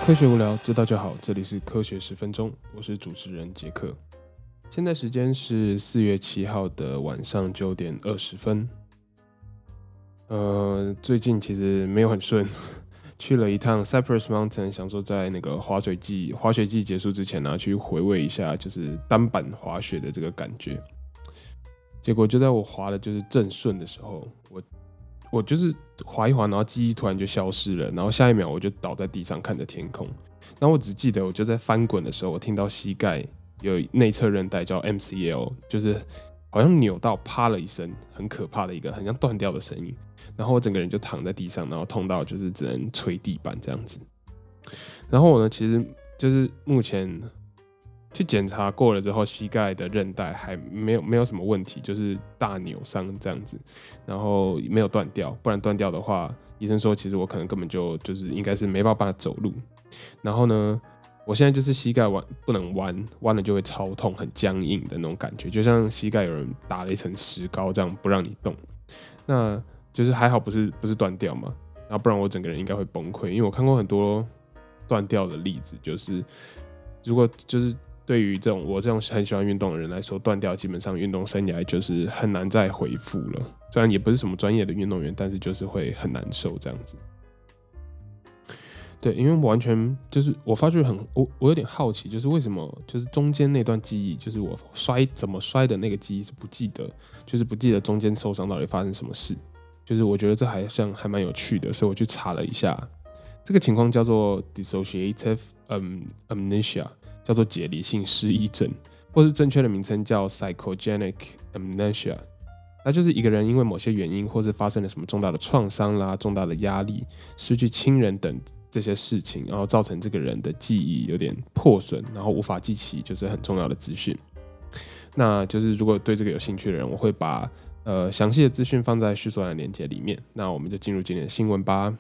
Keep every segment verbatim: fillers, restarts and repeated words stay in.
科学无聊，知道就好。这里是科学十分钟，我是主持人杰克。现在时间是四月七号的晚上九点二十分。呃，最近其实没有很顺，去了一趟 Cypress Mountain， 想说在那个滑水季滑雪季结束之前呢、啊，去回味一下就是单板滑雪的这个感觉。结果就在我滑的就是正顺的时候，我我就是滑一滑，然后记忆突然就消失了，然后下一秒我就倒在地上看着天空。然后我只记得我就在翻滚的时候，我听到膝盖有内侧韧带叫 M C L， 就是好像扭到，啪了一声，很可怕的一个很像断掉的声音。然后我整个人就躺在地上，然后痛到就是只能捶地板这样子。然后我呢，其实就是目前去检查过了之后，膝盖的韧带还没有没有什么问题，就是大扭伤这样子，然后没有断掉，不然断掉的话，医生说其实我可能根本就就是应该是没办法走路。然后呢，我现在就是膝盖弯不能弯，弯了就会超痛，很僵硬的那种感觉，就像膝盖有人打了一层石膏这样不让你动。那就是还好不是不是断掉嘛，然后不然我整个人应该会崩溃，因为我看过很多断掉的例子，就是如果就是对于这种我这种很喜欢运动的人来说，断掉基本上运动生涯就是很难再恢复了。虽然也不是什么专业的运动员，但是就是会很难受这样子。对，因为完全就是我发觉很我我有点好奇，就是为什么就是中间那段记忆，就是我摔怎么摔的那个记忆是不记得，就是不记得中间受伤到底发生什么事。就是我觉得这还像还蛮有趣的，所以我去查了一下，这个情况叫做 dissociative amnesia， 叫做解离性失忆症，或是正确的名称叫 psychogenic amnesia。那就是一个人因为某些原因，或是发生了什么重大的创伤啦、重大的压力、失去亲人等这些事情，然后造成这个人的记忆有点破损，然后无法记起就是很重要的资讯。那就是如果对这个有兴趣的人，我会把呃详细的资讯放在叙述栏的连结里面。那我们就进入今天的新闻吧。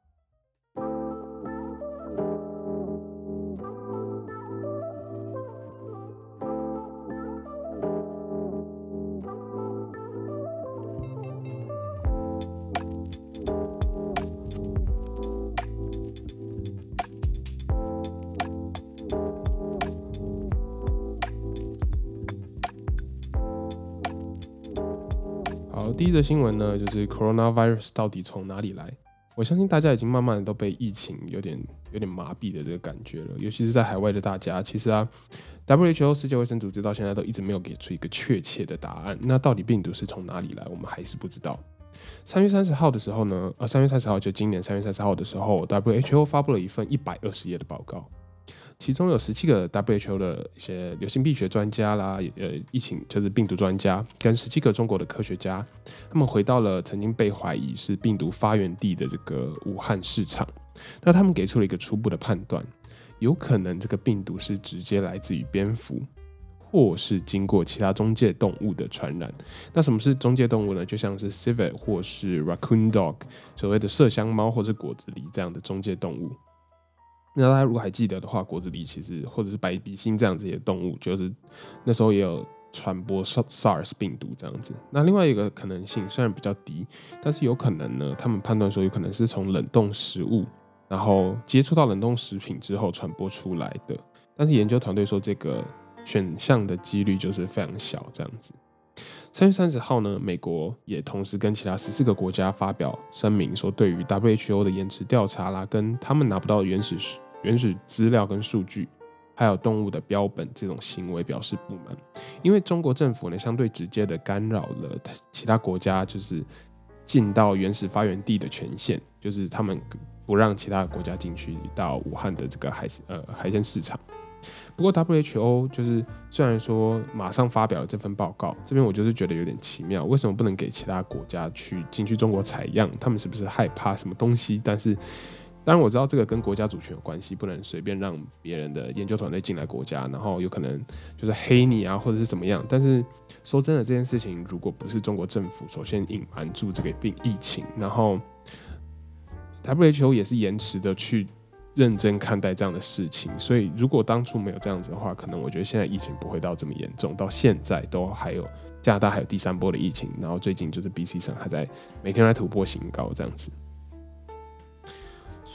好，第一则新闻呢，就是 coronavirus 到底从哪里来？我相信大家已经慢慢的都被疫情有点有点麻痹的这个感觉了，尤其是在海外的大家。其实啊 ，W H O 世界卫生组织到现在都一直没有给出一个确切的答案。那到底病毒是从哪里来，我们还是不知道。三月三十号的时候呢，呃，三月三十号就今年三月三十号的时候 ，W H O 发布了一份一百二十页的报告。其中有十七个 W H O 的一些流行病学专家啦，呃，疫情就是病毒专家，跟十七个中国的科学家，他们回到了曾经被怀疑是病毒发源地的这个武汉市场。那他们给出了一个初步的判断，有可能这个病毒是直接来自于蝙蝠，或是经过其他中介动物的传染。那什么是中介动物呢？就像是 civet 或是 raccoon dog， 所谓的麝香猫或是果子狸这样的中介动物。那大家如果还记得的话，果子狸其实或者是白鼻星这样子的动物，就是那时候也有传播 SARS 病毒这样子。那另外一个可能性虽然比较低，但是有可能呢，他们判断说有可能是从冷冻食物，然后接触到冷冻食品之后传播出来的。但是研究团队说这个选项的几率就是非常小这样子。三月三十号呢，美国也同时跟其他十四个国家发表声明，说对于 W H O 的延迟调查啦，跟他们拿不到原始原始资料跟数据，还有动物的标本这种行为表示不满。因为中国政府呢，相对直接的干扰了其他国家就是进到原始发源地的权限，就是他们不让其他国家进去到武汉的这个海呃海鲜市场。不过 W H O 就是虽然说马上发表了这份报告，这边我就是觉得有点奇妙，为什么不能给其他国家去进去中国采样？他们是不是害怕什么东西？但是当然我知道这个跟国家主权有关系，不能随便让别人的研究团队进来国家，然后有可能就是黑你啊，或者是怎么样。但是说真的，这件事情如果不是中国政府首先隐瞒住这个病疫情，然后 W H O 也是延迟的去认真看待这样的事情，所以如果当初没有这样子的话，可能我觉得现在疫情不会到这么严重，到现在都还有加拿大还有第三波的疫情，然后最近就是 B C 省还在每天在突破新高这样子。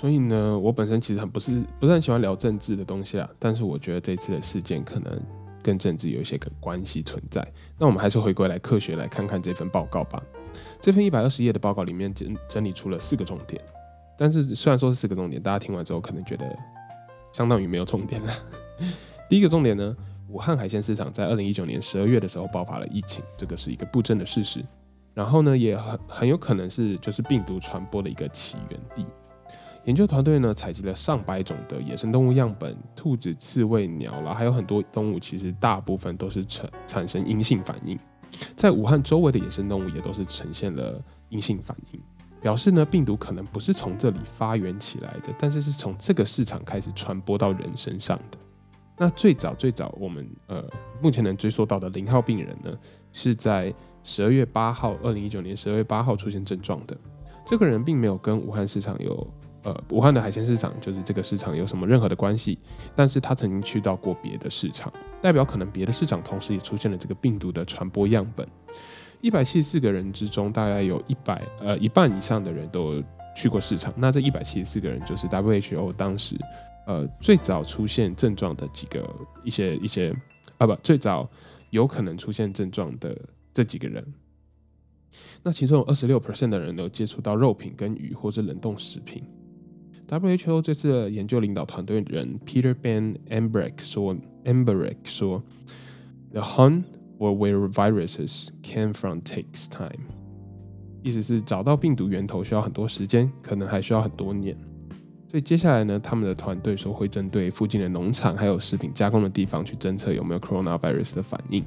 所以呢，我本身其实很不是不是很喜欢聊政治的东西啦，但是我觉得这次的事件可能跟政治有一些个关系存在。那我们还是回归来科学来看看这份报告吧。这份一百二十页的报告里面整理出了四个重点，但是虽然说是四个重点，大家听完之后可能觉得相当于没有重点了。第一个重点呢，武汉海鲜市场在二零一九年十二月的时候爆发了疫情，这个是一个不争的事实。然后呢，也 很, 很有可能是就是病毒传播的一个起源地。研究团队呢采集了上百种的野生动物样本，兔子、刺猬、鸟啦，还有很多动物，其实大部分都是产生阴性反应。在武汉周围的野生动物也都是呈现了阴性反应，表示呢病毒可能不是从这里发源起来的，但是是从这个市场开始传播到人身上的。那最早最早我们呃目前能追溯到的零号病人呢，是在十二月八号，二零一九年十二月八号出现症状的。这个人并没有跟武汉市场有呃武汉的海鲜市场，就是这个市场有什么任何的关系，但是他曾经去到过别的市场，代表可能别的市场同时也出现了这个病毒的传播样本。一百七十四个人之中，大概有一百呃一半以上的人都有去过市场。那这一百七十四个人就是 W H O 当时呃最早出现症状的几个一些一些啊不最早有可能出现症状的这几个人。那其中有 百分之二十六 的人有接触到肉品跟鱼或是冷冻食品。W H O 这次的研究领导团队人 Peter Ben Embarek 说 Embarek 说 The hunt for where viruses came from takes time， 意思是找到病毒源头需要很多时间，可能还需要很多年。所以接下来呢，他们的团队说会针对附近的农场还有食品加工的地方去侦测有没有 coronavirus 的反应。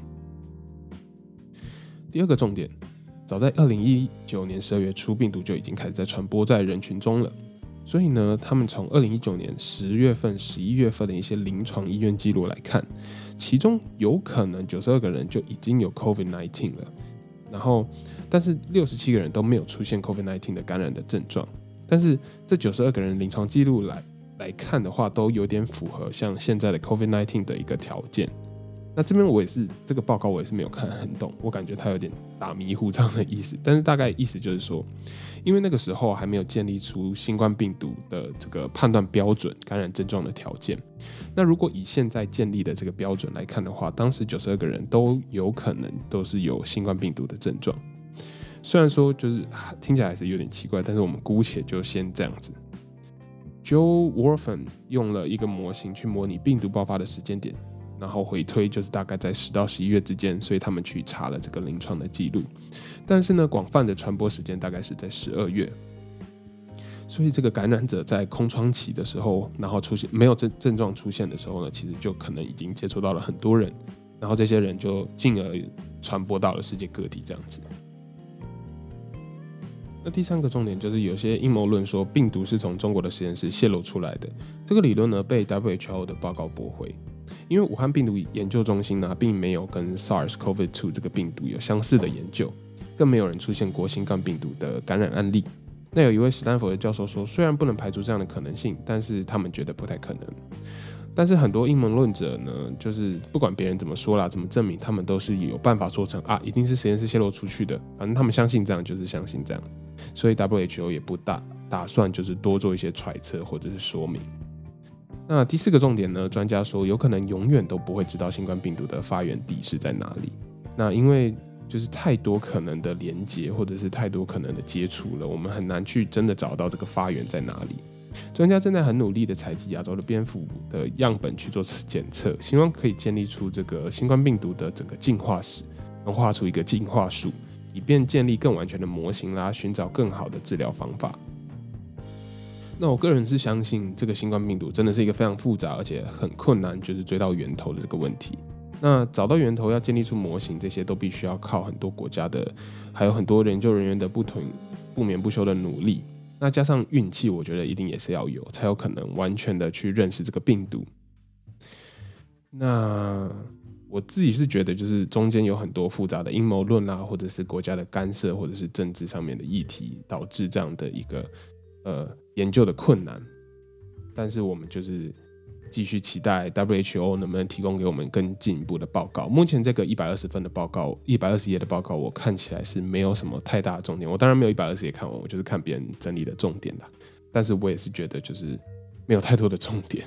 第二个重点，早在二零一九年十二月初，病毒就已经开始在传播在人群中了。所以呢，他们从二零一九年十月份、十一月份的一些临床医院记录来看，其中有可能九十二个人就已经有 COVID 十九 了，然后但是六十七个人都没有出现 COVID 十九 的感染的症状。但是这九十二个人临床记录来来看的话，都有点符合像现在的 COVID 十九 的一个条件。那这边我也是这个报告我也是没有看很懂，我感觉它有点打迷糊这样的意思，但是大概意思就是说，因为那个时候还没有建立出新冠病毒的这个判断标准、感染症状的条件。那如果以现在建立的这个标准来看的话，当时九十二个人都有可能都是有新冠病毒的症状。虽然说就是听起来还是有点奇怪，但是我们姑且就先这样子。Joe Warfen 用了一个模型去模拟病毒爆发的时间点，然后回推就是大概在十到十一月之间，所以他们去查了这个临床的记录。但是呢，广泛的传播时间大概是在十二月，所以这个感染者在空窗期的时候，然后出现没有症症状出现的时候呢，其实就可能已经接触到了很多人，然后这些人就进而传播到了世界各地这样子。那第三个重点就是有些阴谋论说病毒是从中国的实验室泄露出来的，这个理论呢被 W H O 的报告驳回。因为武汉病毒研究中心呢，并没有跟 SARS-C o V 二 这个病毒有相似的研究，更没有人出现过新冠病毒的感染案例。那有一位史丹佛的教授说，虽然不能排除这样的可能性，但是他们觉得不太可能。但是很多阴谋论者呢，就是不管别人怎么说啦，怎么证明，他们都是有办法说成啊，一定是实验室泄露出去的，反正他们相信这样就是相信这样。所以 W H O 也不打打算就是多做一些揣测或者是说明。那第四个重点呢，专家说有可能永远都不会知道新冠病毒的发源地是在哪里。那因为就是太多可能的连结或者是太多可能的接触了，我们很难去真的找到这个发源在哪里。专家正在很努力的采集亚洲的蝙蝠的样本去做检测，希望可以建立出这个新冠病毒的整个进化史，能画出一个进化树，以便建立更完全的模型啦，寻找更好的治疗方法。那我个人是相信这个新冠病毒真的是一个非常复杂而且很困难就是追到源头的这个问题。那找到源头要建立出模型，这些都必须要靠很多国家的还有很多研究人员的不同不眠不休的努力，那加上运气，我觉得一定也是要有，才有可能完全的去认识这个病毒。那我自己是觉得就是中间有很多复杂的阴谋论啦，或者是国家的干涉，或者是政治上面的议题，导致这样的一个呃研究的困难。但是我们就是继续期待 W H O 能不能提供给我们更进一步的报告。目前这个一百二十分的报告，一百二十页的报告，我看起来是没有什么太大的重点。我当然没有一百二十页看完，我就是看别人整理的重点啦。 但是我也是觉得就是没有太多的重点。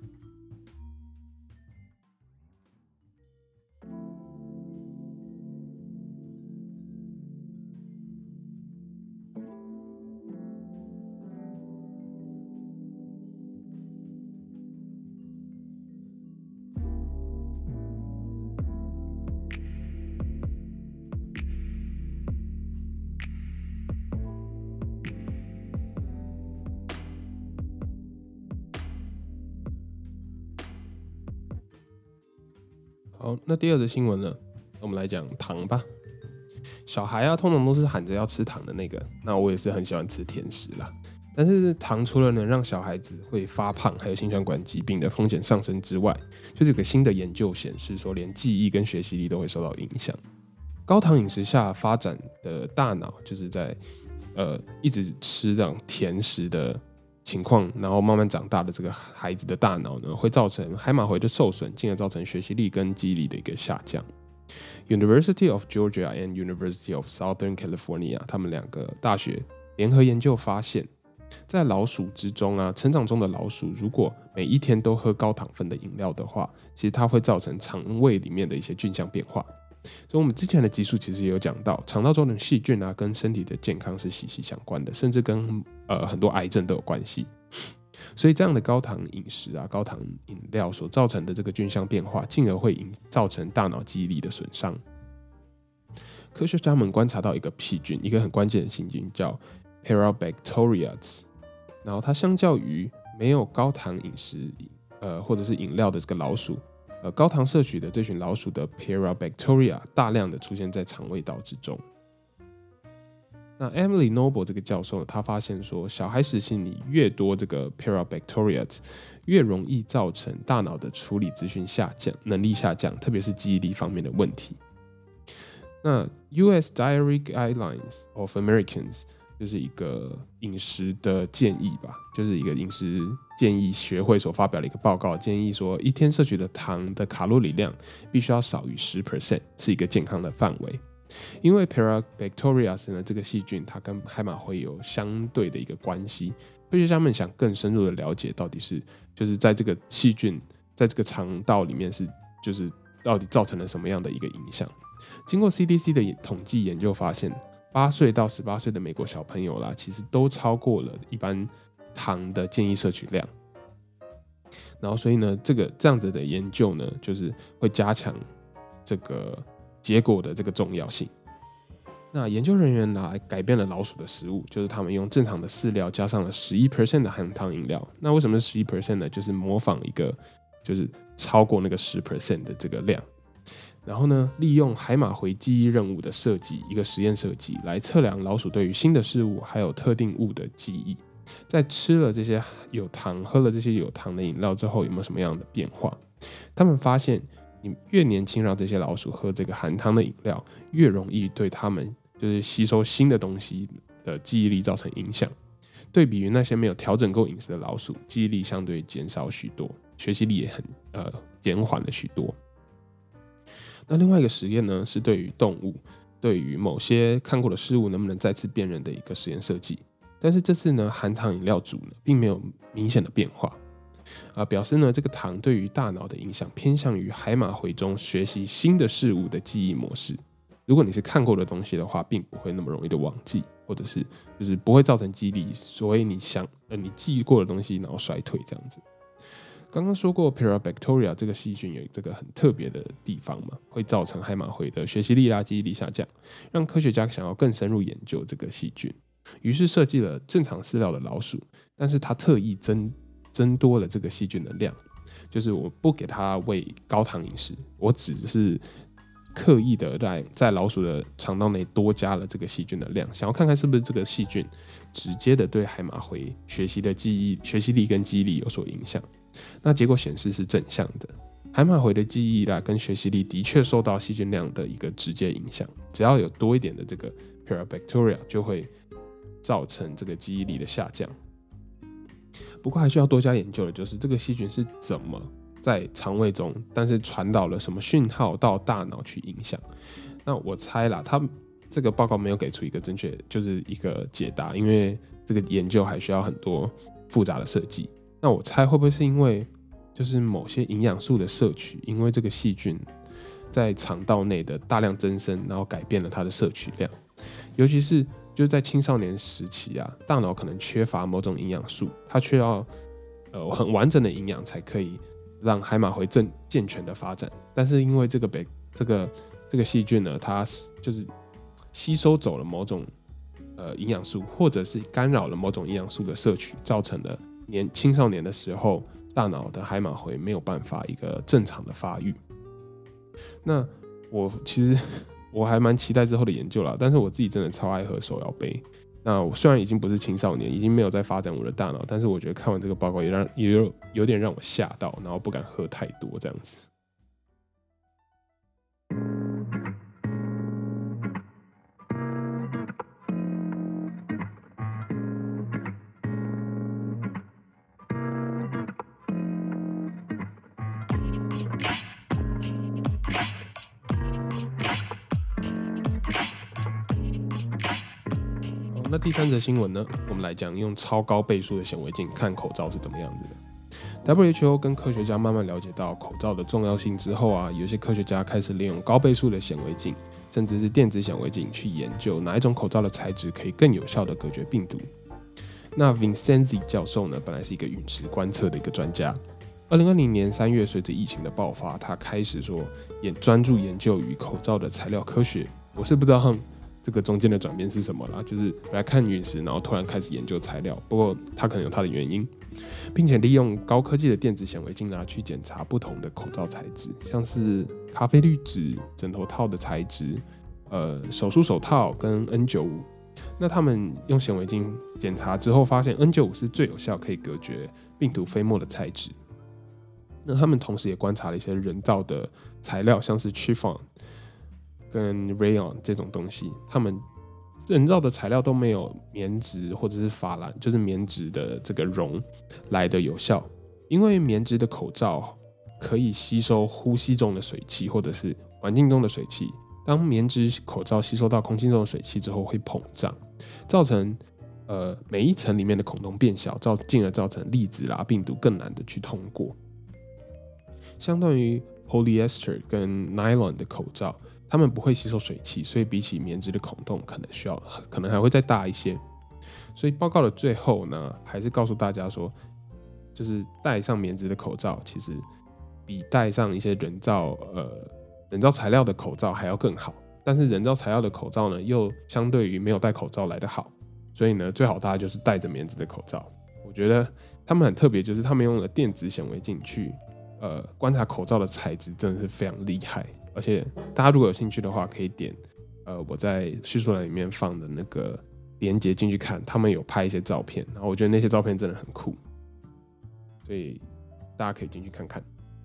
好，那第二则新闻呢，我们来讲糖吧。小孩啊，通常都是喊着要吃糖的那个，那我也是很喜欢吃甜食啦。但是糖除了能让小孩子会发胖，还有心血管疾病的风险上升之外，就是有个新的研究显示说，连记忆跟学习力都会受到影响。高糖饮食下发展的大脑，就是在呃一直吃这种甜食的情况，然后慢慢长大的这个孩子的大脑呢，会造成海马回的受损，进而造成学习力跟记忆力的一个下降。University of Georgia and University of Southern California 他们两个大学联合研究发现，在老鼠之中啊，成长中的老鼠如果每一天都喝高糖分的饮料的话，其实它会造成肠胃里面的一些菌相变化。所以我们之前的集数其实也有讲到，肠道中的细菌啊，跟身体的健康是息息相关的，甚至跟呃很多癌症都有关系。所以这样的高糖饮食啊、高糖饮料所造成的这个菌相变化，进而会造成大脑记忆力的损伤。科学家们观察到一个细菌，一个很关键的细菌叫 Parabacterias， 然后它相较于没有高糖饮食呃或者是饮料的这个老鼠，呃高糖摄取的这群老鼠的 Parabacteria 大量的出现在肠胃道之中。那 Emily Noble 这个教授，他发现说，小孩时期你越多这个 Parabacteria， 越容易造成大脑的处理资讯下降，能力下降，特别是记忆力方面的问题。那 U S Dietary Guidelines of Americans 就是一个饮食的建议吧，就是一个饮食建议学会所发表的一个报告，建议说一天摄取的糖的卡路里量必须要少于 百分之十， 是一个健康的范围。因为 Parabacterias 呢，这个细菌它跟海马回有相对的一个关系，科学家们想更深入的了解到底是就是在这个细菌在这个肠道里面是就是到底造成了什么样的一个影响。经过 C D C 的统计研究发现，八岁到十八岁的美国小朋友啦，其实都超过了一般糖的建议摄取量。然后所以呢，这个这样子的研究呢，就是会加强这个结果的这个重要性。那研究人员来改变了老鼠的食物，就是他们用正常的饲料加上了 百分之十一 的含糖饮料。那为什么是 百分之十一 呢？就是模仿一个就是超过那个 百分之十 的这个量。然后呢，利用海马回记忆任务的设计，一个实验设计来测量老鼠对于新的事物还有特定物的记忆。在吃了这些有糖、喝了这些有糖的饮料之后，有没有什么样的变化？他们发现，你越年轻让这些老鼠喝这个含糖的饮料，越容易对他们就是吸收新的东西的记忆力造成影响。对比于那些没有调整够饮食的老鼠，记忆力相对减少许多，学习力也很呃减缓了许多。那另外一个实验呢，是对于动物，对于某些看过的事物能不能再次辨认的一个实验设计。但是这次呢，含糖饮料组呢，并没有明显的变化，啊，表示呢，这个糖对于大脑的影响偏向于海马回中学习新的事物的记忆模式。如果你是看过的东西的话，并不会那么容易的忘记，或者是就是不会造成记忆力，所以你想呃你记过的东西，然后衰退这样子。刚刚说过 Parabacteria 这个细菌有这个很特别的地方嘛，会造成海马回的学习力啦、记忆力下降，让科学家想要更深入研究这个细菌，于是设计了正常饲料的老鼠，但是他特意增增多了这个细菌的量，就是我不给它喂高糖饮食，我只是刻意的在在老鼠的肠道内多加了这个细菌的量，想要看看是不是这个细菌直接的对海马回学习的记忆、学习力跟记忆力有所影响。那结果显示是正向的，海马回的记忆啦跟学习力的确受到细菌量的一个直接影响，只要有多一点的这个 Parabacteria 就会造成这个记忆力的下降。不过还需要多加研究的就是这个细菌是怎么在肠胃中，但是传导了什么讯号到大脑去影响。那我猜啦，他这个报告没有给出一个正确，就是一个解答，因为这个研究还需要很多复杂的设计。那我猜会不会是因为就是某些营养素的摄取，因为这个细菌在肠道内的大量增生，然后改变了它的摄取量，尤其是就是在青少年时期啊，大脑可能缺乏某种营养素，它需要呃很完整的营养才可以让海马回正健全的发展。但是因为这个北这个这个细菌呢，它就是吸收走了某种呃营养素，或者是干扰了某种营养素的摄取，造成了年青少年的时候大脑的海马回没有办法一个正常的发育。那我其实我还蛮期待之后的研究啦，但是我自己真的超爱喝手摇杯。那我虽然已经不是青少年，已经没有在发展我的大脑，但是我觉得看完这个报告也让也有有点让我吓到，然后不敢喝太多这样子。那第三则新闻呢，我们来讲用超高倍数的显微镜看口罩是怎么样子的。W H O 跟科学家慢慢了解到口罩的重要性之后啊，有些科学家开始利用高倍数的显微镜，甚至是电子显微镜去研究哪一种口罩的材质可以更有效的隔绝病毒。那 Vincenzi 教授呢，本来是一个陨石观测的一个专家。二零二零年三月，随着疫情的爆发，他开始说也专注研究与口罩的材料科学。我是不知道这个中间的转变是什么啦，就是来看陨石，然后突然开始研究材料。不过他可能有他的原因，并且利用高科技的电子显微镜啊，去检查不同的口罩材质，像是咖啡滤纸、枕头套的材质、呃手术手套跟 N 九十五。那他们用显微镜检查之后，发现 N 九十五是最有效可以隔绝病毒飞沫的材质。那他们同时也观察了一些人造的材料，像是 chiffon 跟 rayon 这种东西，他们人造的材料都没有棉质或者是珐琅，就是棉质的这个绒来的有效。因为棉质的口罩可以吸收呼吸中的水汽或者是环境中的水汽，当棉质口罩吸收到空气中的水汽之后会膨胀，造成呃每一层里面的孔洞变小，进而造成粒子啦、病毒更难的去通过。相对于 polyester 跟 nylon 的口罩，它们不会吸收水汽，所以比起棉质的孔洞，可能需要可能还会再大一些。所以报告的最后呢，还是告诉大家说，就是戴上棉质的口罩，其实比戴上一些人造呃人造材料的口罩还要更好。但是人造材料的口罩呢，又相对于没有戴口罩来得好，所以呢，最好大家就是戴着棉质的口罩。我觉得他们很特别，就是他们用了电子显微镜去呃观察口罩的材质，真的是非常厉害。而且大家如果有兴趣的话，可以点呃我在叙述栏里面放的那个连结进去看，他们有拍一些照片，然后我觉得那些照片真的很酷，所以大家可以进去看看。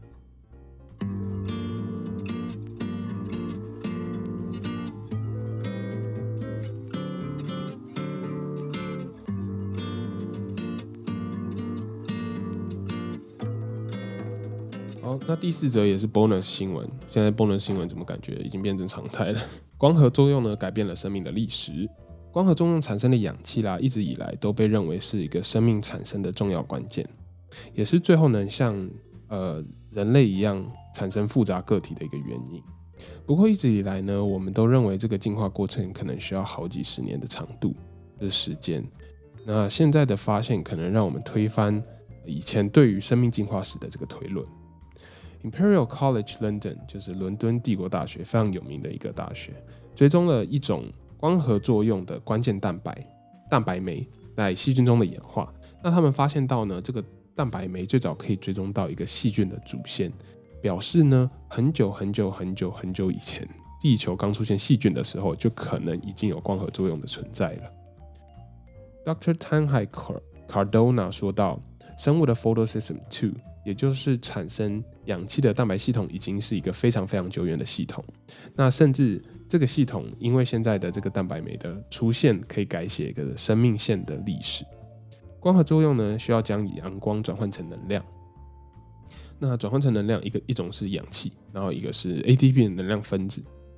好，那第四则也是 bonus 新闻。现在 bonus 新闻怎么感觉已经变成常态了？光合作用呢，改变了生命的历史。光合作用产生的氧气啦，一直以来都被认为是一个生命产生的重要关键，也是最后能像呃人类一样产生复杂个体的一个原因。不过一直以来呢，我们都认为这个进化过程可能需要好几十年的长度的时间。那现在的发现可能让我们推翻以前对于生命进化史的这个推论。Imperial College London 就是伦敦帝国大学，非常有名的一个大学，追踪了一种光合作用的关键蛋白蛋白酶在细菌中的演化。那他们发现到呢，这个蛋白酶最早可以追踪到一个细菌的祖先，表示呢，很久很久很久很久以前，地球刚出现细菌的时候，就可能已经有光合作用的存在了。Doctor Tanhai Cardona 说到，生物的 photosystem 二，也就是产生氧气的蛋白系统，已经是一个非常非常久远的系统。那甚至这个系统因为现在的这个蛋白酶的出现，可以改写一个生命线的历史。光合作用呢，需要将阳光转换成能量。那转换成能量，一个一种是氧气，然后一个是 A T P 的能量分子。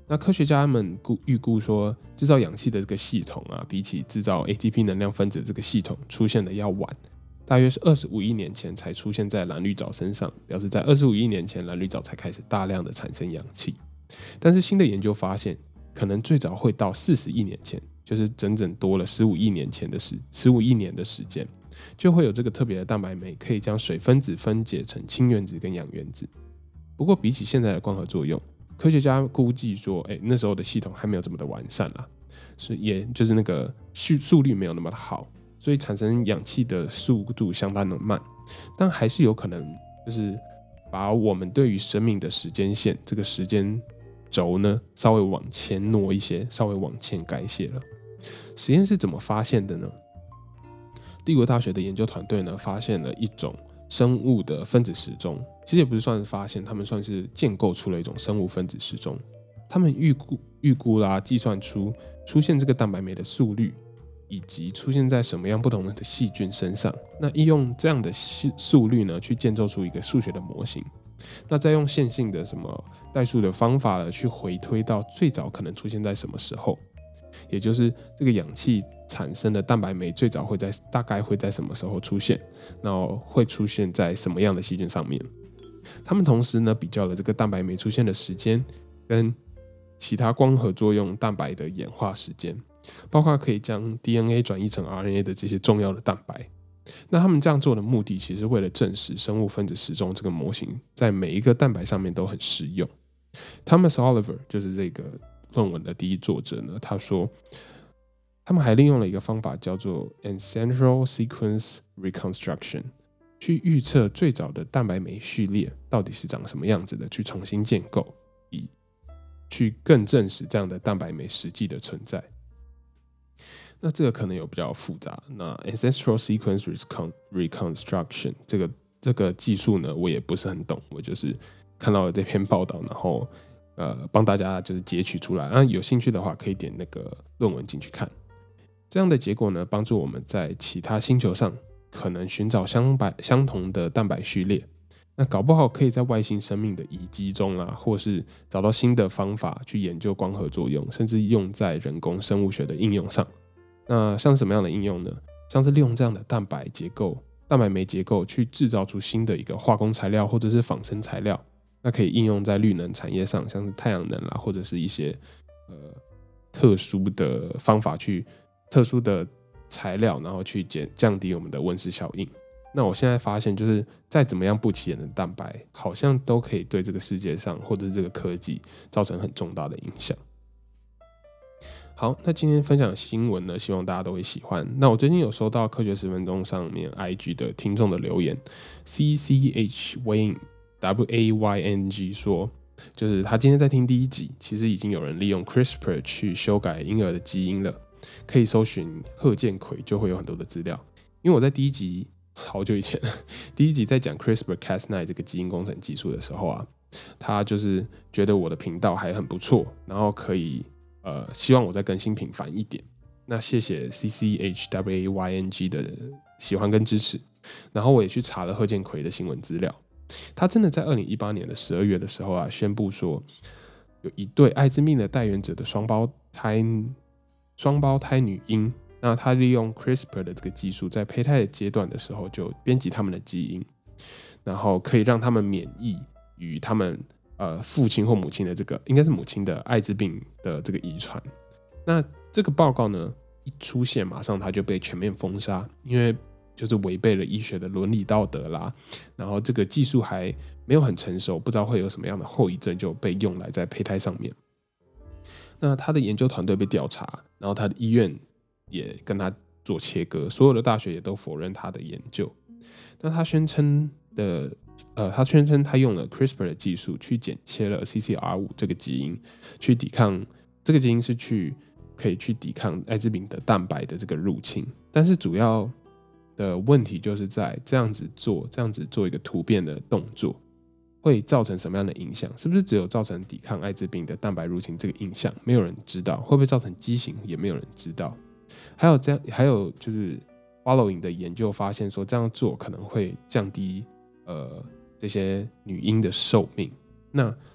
那科学家们预估说，制造氧气的这个系统啊，比起制造 A T P 能量分子的这个系统出现的要晚，大约是二十五亿年前才出现在蓝绿藻身上，表示在二十五亿年前蓝绿藻才开始大量的产生氧气。但是新的研究发现，可能最早会到四十亿年前，就是整整多了十五亿年前的时十五亿年的时间，就会有这个特别的蛋白酶可以将水分子分解成氢原子跟氧原子。不过比起现在的光合作用，科学家估计说，哎，那时候的系统还没有这么的完善啦，是也就是那个速率没有那么的好，所以产生氧气的速度相当的慢，但还是有可能就是把我们对于生命的时间线这个时间轴呢稍微往前挪一些，稍微往前改写了。实验是怎么发现的呢？帝国大学的研究团队呢发现了一种生物的分子时钟，其实也不是算是发现，他们算是建构出了一种生物分子时钟。他们预估预估啦，计算出出现这个蛋白酶的速率，以及出现在什么样不同的细菌身上。那利用这样的速率呢，去建构出一个数学的模型。那再用线性的什么代数的方法呢，去回推到最早可能出现在什么时候，也就是这个氧气产生的蛋白酶最早会在大概会在什么时候出现，然后会出现在什么样的细菌上面。他们同时呢比较了这个蛋白酶出现的时间跟其他光合作用蛋白的演化时间，包括可以将 D N A 转译成 R N A 的这些重要的蛋白。那他们这样做的目的其实是为了证实生物分子时钟这个模型在每一个蛋白上面都很适用。 Thomas Oliver 就是这个论文的第一作者呢，他说他们还利用了一个方法叫做 Ancestral Sequence Reconstruction， 去预测最早的蛋白酶序列到底是长什么样子的，去重新建构，以去更证实这样的蛋白酶实际的存在。那这个可能有比较复杂，那 Ancestral Sequence Reconstruction 这个这个技术呢，我也不是很懂，我就是看到了这篇报道，然后呃帮大家就是截取出来，那有兴趣的话可以点那个论文进去看。这样的结果呢，帮助我们在其他星球上可能寻找相白相同的蛋白序列，那搞不好可以在外星生命的遗迹中啊，或是找到新的方法去研究光合作用，甚至用在人工生物学的应用上。那像什么样的应用呢？像是利用这样的蛋白结构、蛋白酶结构去制造出新的一个化工材料或者是仿生材料，那可以应用在绿能产业上，像是太阳能啦，或者是一些呃特殊的方法去特殊的材料，然后去减降低我们的温室效应。那我现在发现，就是再怎么样不起眼的蛋白，好像都可以对这个世界上或者是这个科技造成很重大的影响。好，那今天分享的新闻呢，希望大家都会喜欢。那我最近有收到科学十分钟上面 I G 的听众的留言 ，C C H Wayne W A Y N G 说，就是他今天在听第一集，其实已经有人利用 CRISPR 去修改婴儿的基因了，可以搜寻贺建奎就会有很多的资料。因为我在第一集好久以前，第一集在讲 CRISPR Cas 九 这个基因工程技术的时候啊，他就是觉得我的频道还很不错，然后可以。呃，希望我再更新频繁一点。那谢谢 C C H W A Y N G 的喜欢跟支持。然后我也去查了贺建奎的新闻资料，他真的在二零一八年的十二月的时候啊，宣布说有一对艾滋病的带原者的双胞胎双胞胎女婴，那他利用 CRISPR 的这个技术，在胚胎的阶段的时候就编辑他们的基因，然后可以让他们免疫与他们。呃，父亲或母亲的这个应该是母亲的艾滋病的这个遗传，那这个报告呢一出现，马上它就被全面封杀，因为就是违背了医学的伦理道德啦，然后这个技术还没有很成熟，不知道会有什么样的后遗症，就被用来在胚胎上面。那他的研究团队被调查，然后他的医院也跟他做切割，所有的大学也都否认他的研究。那他宣称的。呃，他宣称他用了 CRISPR 的技术去剪切了 C C R 五 这个基因，去抵抗这个基因是去可以去抵抗艾滋病的蛋白的这个入侵。但是主要的问题就是在这样子做，这样子做一个突变的动作，会造成什么样的影响？是不是只有造成抵抗艾滋病的蛋白入侵这个影响？没有人知道。会不会造成畸形？也没有人知道。还有这样，还有就是 following 的研究发现说，这样做可能会降低。呃，这些女婴的寿命，那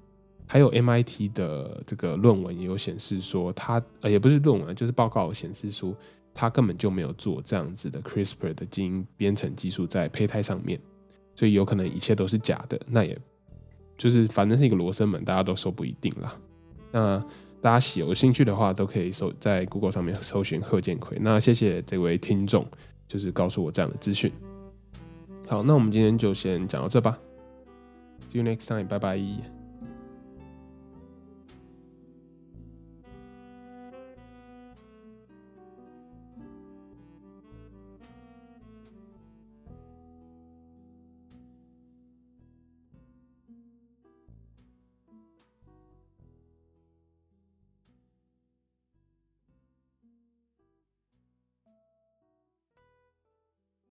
还有 M I T 的这个论文也有显示说他，呃也不是论文，就是报告显示出他根本就没有做这样子的 CRISPR 的基因编程技术在胚胎上面，所以有可能一切都是假的。那也就是反正是一个罗生门，大家都说不一定啦。那大家有兴趣的话，都可以搜在 Google 上面搜寻贺建奎。那谢谢这位听众，就是告诉我这样的资讯。好，那我们今天就先讲到这吧。See you next time， 拜拜。